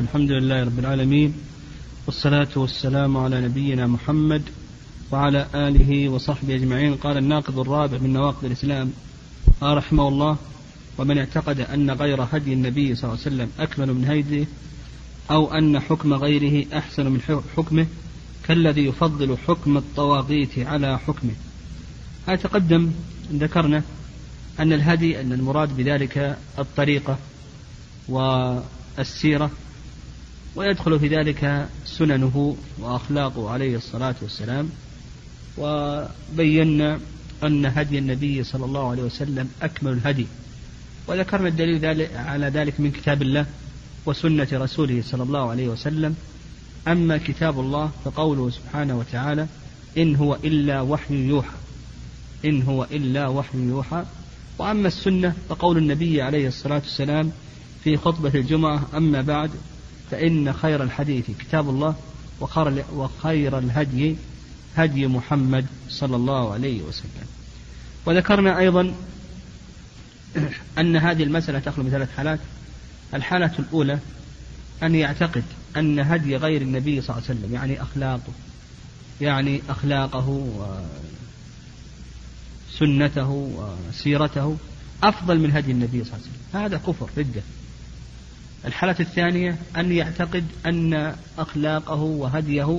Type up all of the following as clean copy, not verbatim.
الحمد لله رب العالمين، والصلاة والسلام على نبينا محمد وعلى آله وصحبه أجمعين. قال الناقض الرابع من نواقض الإسلام قال رحمه الله: ومن اعتقد أن غير هدي النبي صلى الله عليه وسلم أكمل من هديه، أو أن حكم غيره أحسن من حكمه، كالذي يفضل حكم الطواغيت على حكمه. هذا تقدم ذكرنا أن الهدي أن المراد بذلك الطريقة والسيرة، ويدخل في ذلك سننه وأخلاقه عليه الصلاة والسلام. وبينا أن هدي النبي صلى الله عليه وسلم أكمل الهدي، وذكرنا الدليل على ذلك من كتاب الله وسنة رسوله صلى الله عليه وسلم. أما كتاب الله فقوله سبحانه وتعالى: إن هو إلا وحي يوحى، إن هو إلا وحي يوحى. وأما السنة فقول النبي عليه الصلاة والسلام في خطبة الجمعة: أما بعد فإن خير الحديث كتاب الله، وخير الهدي هدي محمد صلى الله عليه وسلم. وذكرنا أيضا أن هذه المسألة تخلو من ثلاث حالات. الحالة الأولى أن يعتقد أن هدي غير النبي صلى الله عليه وسلم يعني أخلاقه وسنته وسيرته أفضل من هدي النبي صلى الله عليه وسلم، هذا كفر ردة. الحالة الثانية أن يعتقد أن أخلاقه وهديه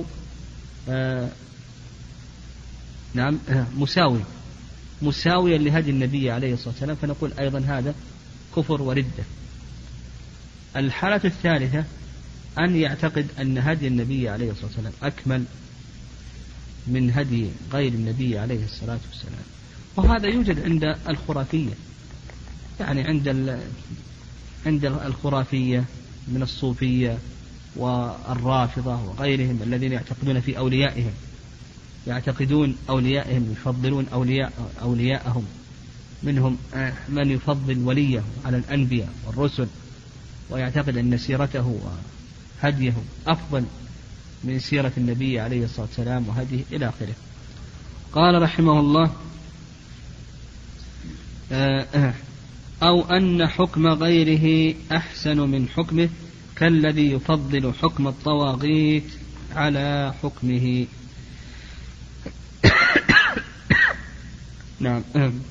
مساويا لهدي النبي عليه الصلاة والسلام، فنقول أيضا هذا كفر وردة. الحالة الثالثة أن يعتقد أن هدي النبي عليه الصلاة والسلام أكمل من هدي غير النبي عليه الصلاة والسلام، وهذا يوجد عند الخرافية، يعني عند الخرافية من الصوفية والرافضة وغيرهم الذين يعتقدون في أوليائهم، يعتقدون أوليائهم يفضلون أولياءهم، منهم من يفضل وليه على الأنبياء والرسل، ويعتقد أن سيرته وهديه أفضل من سيرة النبي عليه الصلاة والسلام وهديه إلى آخره. قال رحمه الله: أو أن حكم غيره أحسن من حكمه، كالذي يفضل حكم الطواغيت على حكمه. نعم.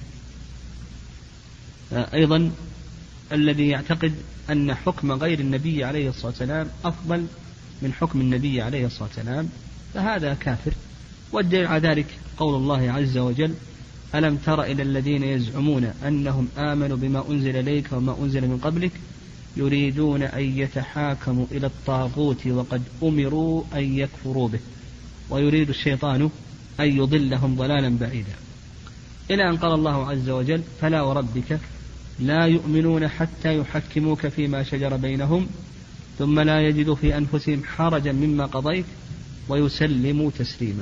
أيضا الذي يعتقد أن حكم غير النبي عليه الصلاة والسلام أفضل من حكم النبي عليه الصلاة والسلام فهذا كافر. والدليل على ذلك قول الله عز وجل: ألم تر إلى الذين يزعمون أنهم آمنوا بما أنزل إليك وما أنزل من قبلك يريدون أن يتحاكموا إلى الطاغوت وقد أمروا أن يكفروا به ويريد الشيطان أن يضلهم ضلالا بعيدا، إلى أن قال الله عز وجل: فلا وربك لا يؤمنون حتى يحكموك فيما شجر بينهم ثم لا يجدوا في أنفسهم حرجا مما قضيت ويسلموا تسليما.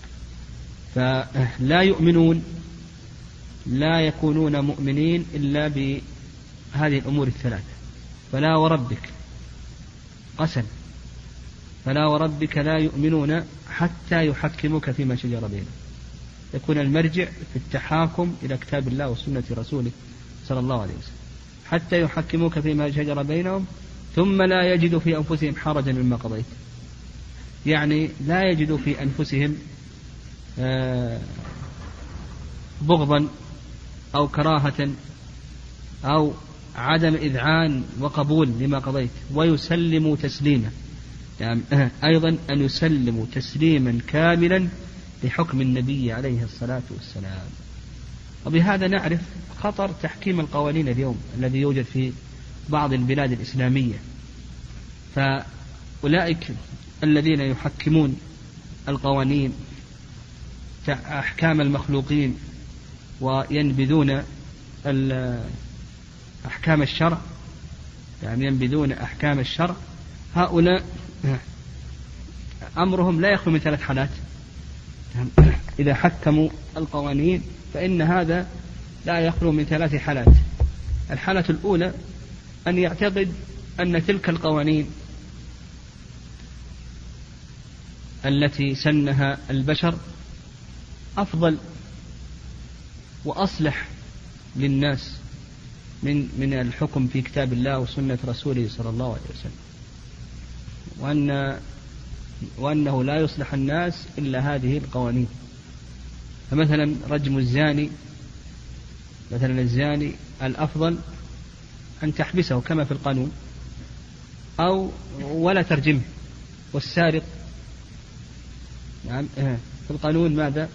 فلا يؤمنون، لا يكونون مؤمنين إلا بهذه الأمور الثلاثة. فلا وربك قسم، فلا وربك لا يؤمنون حتى يحكموك فيما شجر بينهم، يكون المرجع في التحاكم إلى كتاب الله وسنة رسوله صلى الله عليه وسلم، حتى يحكموك فيما شجر بينهم ثم لا يجدوا في أنفسهم حرجا مما قضيت، يعني لا يجدوا في أنفسهم بغضا أو كراهة أو عدم إذعان وقبول لما قضيت، ويسلموا تسليما، يعني أيضا أن يسلموا تسليما كاملا لحكم النبي عليه الصلاة والسلام. وبهذا نعرف خطر تحكيم القوانين اليوم الذي يوجد في بعض البلاد الإسلامية. فأولئك الذين يحكمون القوانين أحكام المخلوقين وينبذون أحكام الشرع، يعني ينبذون أحكام الشرع، هؤلاء أمرهم لا يخلو من ثلاث حالات. إذا حكموا القوانين فإن هذا لا يخلو من ثلاث حالات. الحالة الأولى أن يعتقد أن تلك القوانين التي سنها البشر أفضل وأصلح للناس من الحكم في كتاب الله وسنة رسوله صلى الله عليه وسلم. وأنه لا يصلح الناس إلا هذه القوانين. فمثلا رجم الزاني، مثلا الزاني الأفضل أن تحبسه كما في القانون أو ولا ترجمه. والسارق يعني في القانون ماذا؟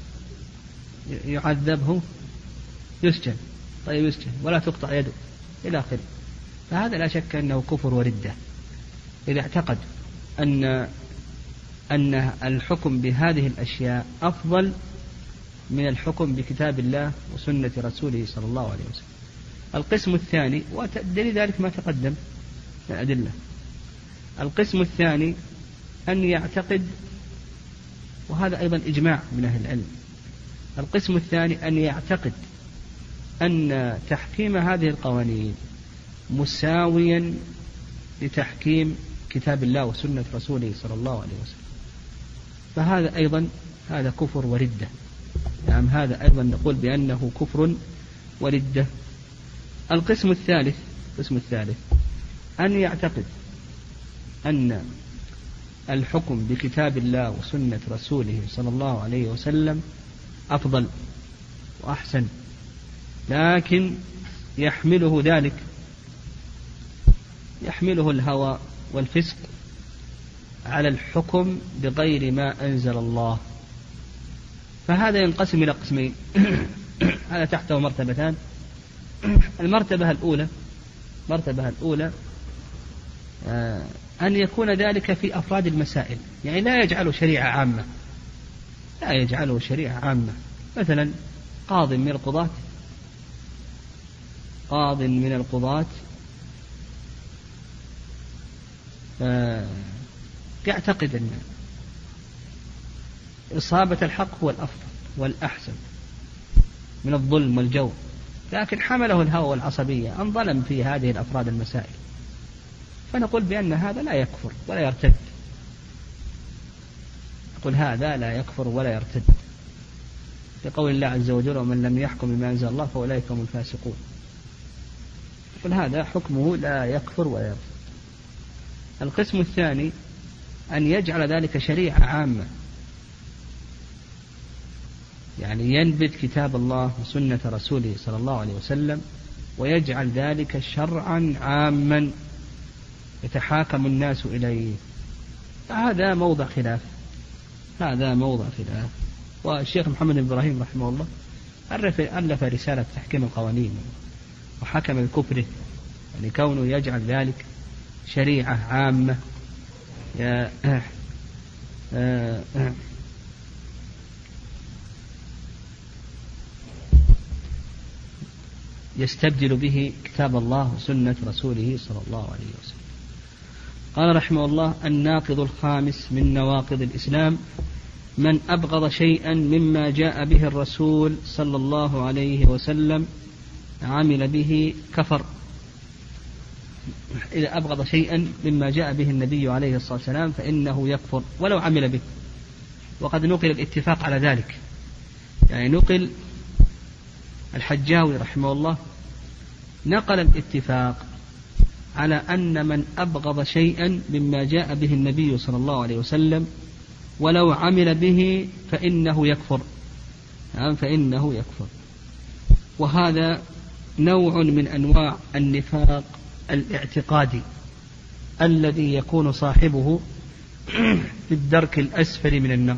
يعذبه، يسجن. طيب يسجن ولا تقطع يده إلى آخره. فهذا لا شك أنه كفر وردة إذا اعتقد أن الحكم بهذه الأشياء أفضل من الحكم بكتاب الله وسنة رسوله صلى الله عليه وسلم. القسم الثاني، ودليل ذلك ما تقدم من الأدلة، القسم الثاني أن يعتقد، وهذا أيضا إجماع من أهل العلم، القسم الثاني أن يعتقد أن تحكيم هذه القوانين مساويا لتحكيم كتاب الله وسنة رسوله صلى الله عليه وسلم. فهذا أيضا هذا كفر وردة. نعم هذا أيضا نقول بأنه كفر وردة. القسم الثالث أن يعتقد أن الحكم بكتاب الله وسنة رسوله صلى الله عليه وسلم أفضل وأحسن، لكن يحمله ذلك، يحمله الهوى والفسق على الحكم بغير ما أنزل الله. فهذا ينقسم إلى قسمين. هذا تحته مرتبتان. المرتبة الأولى أن يكون ذلك في أفراد المسائل، يعني لا يجعله شريعة عامة، مثلا قاض من القضاة يعتقد أن إصابة الحق هو الأفضل والأحسن من الظلم والجور، لكن حمله الهوى والعصبية أن ظلم في هذه الأفراد المسائل، فنقول بأن هذا لا يكفر ولا يرتد. نقول هذا لا يكفر ولا يرتد لقول الله عز وجل: ومن لم يحكم بما أنزل الله فأولئك هم الفاسقون. نقول هذا حكمه لا يكفر ولا يرتد. القسم الثاني أن يجعل ذلك شريعة عامة، يعني ينبذ كتاب الله وسنة رسوله صلى الله عليه وسلم ويجعل ذلك شرعا عاما يتحاكم الناس إليه. هذا موضع خلاف. والشيخ محمد بن إبراهيم رحمه الله ألف رسالة تحكيم القوانين وحكم بكفره، يعني كونه يجعل ذلك شريعة عامة يستبدل به كتاب الله وسنة رسوله صلى الله عليه وسلم. قال رحمه الله: الناقض الخامس من نواقض الإسلام: من أبغض شيئا مما جاء به الرسول صلى الله عليه وسلم عمل به كفر. إذا أبغض شيئا مما جاء به النبي عليه الصلاة والسلام فإنه يكفر ولو عمل به. وقد نقل الاتفاق على ذلك، يعني نقل الحجاوي رحمه الله نقل الاتفاق على أن من أبغض شيئا مما جاء به النبي صلى الله عليه وسلم ولو عمل به فإنه يكفر. فإنه يكفر. وهذا نوع من أنواع النفاق الاعتقادي الذي يكون صاحبه في الدرك الأسفل من النار.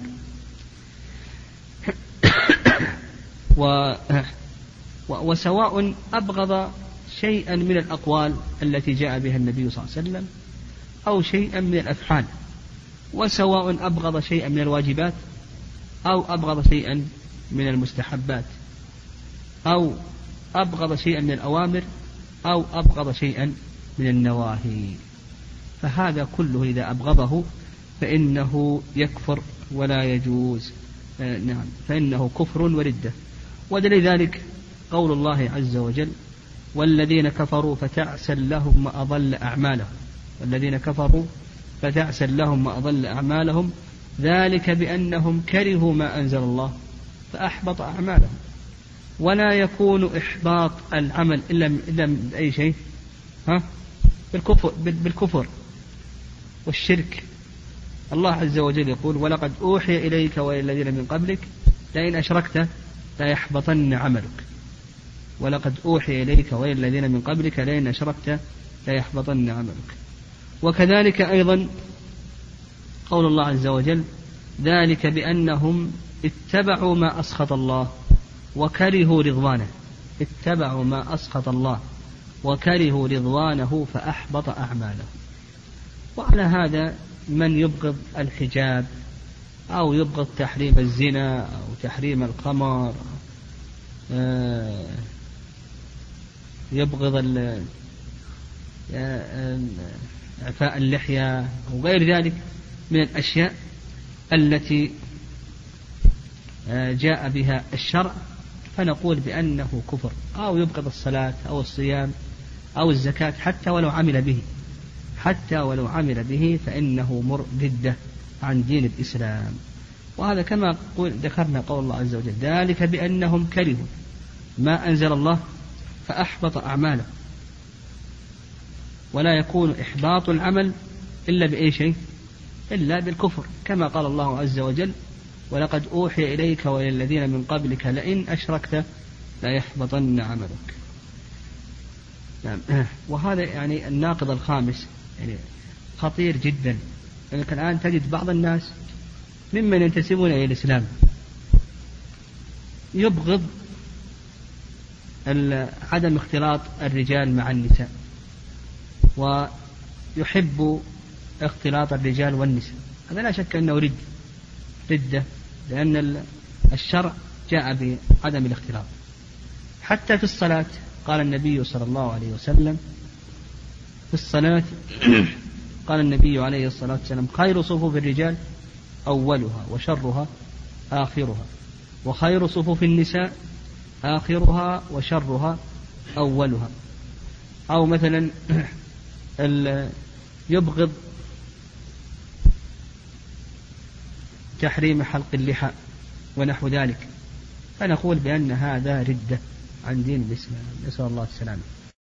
وسواء أبغض شيئا من الأقوال التي جاء بها النبي صلى الله عليه وسلم أو شيئا من الأفعال، وسواء أبغض شيئا من الواجبات أو أبغض شيئا من المستحبات أو أبغض شيئا من الأوامر أو أبغض شيئا من النواهي، فهذا كله إذا أبغضه فإنه يكفر ولا يجوز. فإنه كفر وردة. ودليل ذلك قول الله عز وجل: والذين كفروا فتعسا لهم وأضل أعمالهم ذلك بأنهم كرهوا ما أنزل الله فأحبط أعمالهم. ولا يكون إحباط العمل إلا بأي شيء؟ بالكفر. والشرك. الله عز وجل يقول: ولقد أوحي إليك وإلى الذين من قبلك لئن أشركت ليحبطن عملك. ولقد أوحي إليك وإلى الذين من قبلك لئن أشركت ليحبطن عملك. وكذلك أيضا قول الله عز وجل: ذلك بأنهم اتبعوا ما أسخط الله وكرهوا رضوانه. اتبعوا ما أسخط الله وكرهوا رضوانه فأحبط أعمالهم. وعلى هذا من يبغض الحجاب أو يبغض تحريم الزنا أو تحريم الخمر، يبغض إعفاء اللحية وغير ذلك من الأشياء التي جاء بها الشرع، فنقول بأنه كفر. أو يبغض الصلاة أو الصيام أو الزكاة حتى ولو عمل به فإنه مرتد عن دين الإسلام. وهذا كما ذكرنا قول الله عز وجل: ذلك بأنهم كرهوا ما أنزل الله فأحبط أعمالهم. ولا يكون إحباط العمل إلا بأي شيء؟ إلا بالكفر، كما قال الله عز وجل: ولقد أوحي إليك وإلى الذين من قبلك لئن أشركت ليحبطن عملك. نعم. وهذا يعني الناقض الخامس يعني خطير جدا. يعني الآن تجد بعض الناس ممن ينتسبون إلى الإسلام يبغض عدم اختلاط الرجال مع النساء، ويحب اختلاط الرجال والنساء. هذا لا شك أنه ردة، لأن الشرع جاء بعدم الاختلاط. حتى في الصلاة قال النبي صلى الله عليه وسلم في الصلاة قال النبي عليه الصلاة والسلام: خير صفوف الرجال أولها وشرها آخرها، وخير صفوف النساء آخرها وشرها أولها. أو مثلا يبغض تحريم حلق اللحى ونحو ذلك، فنقول بأن هذا ردة عن دين الإسلام، نسأل الله السلامة.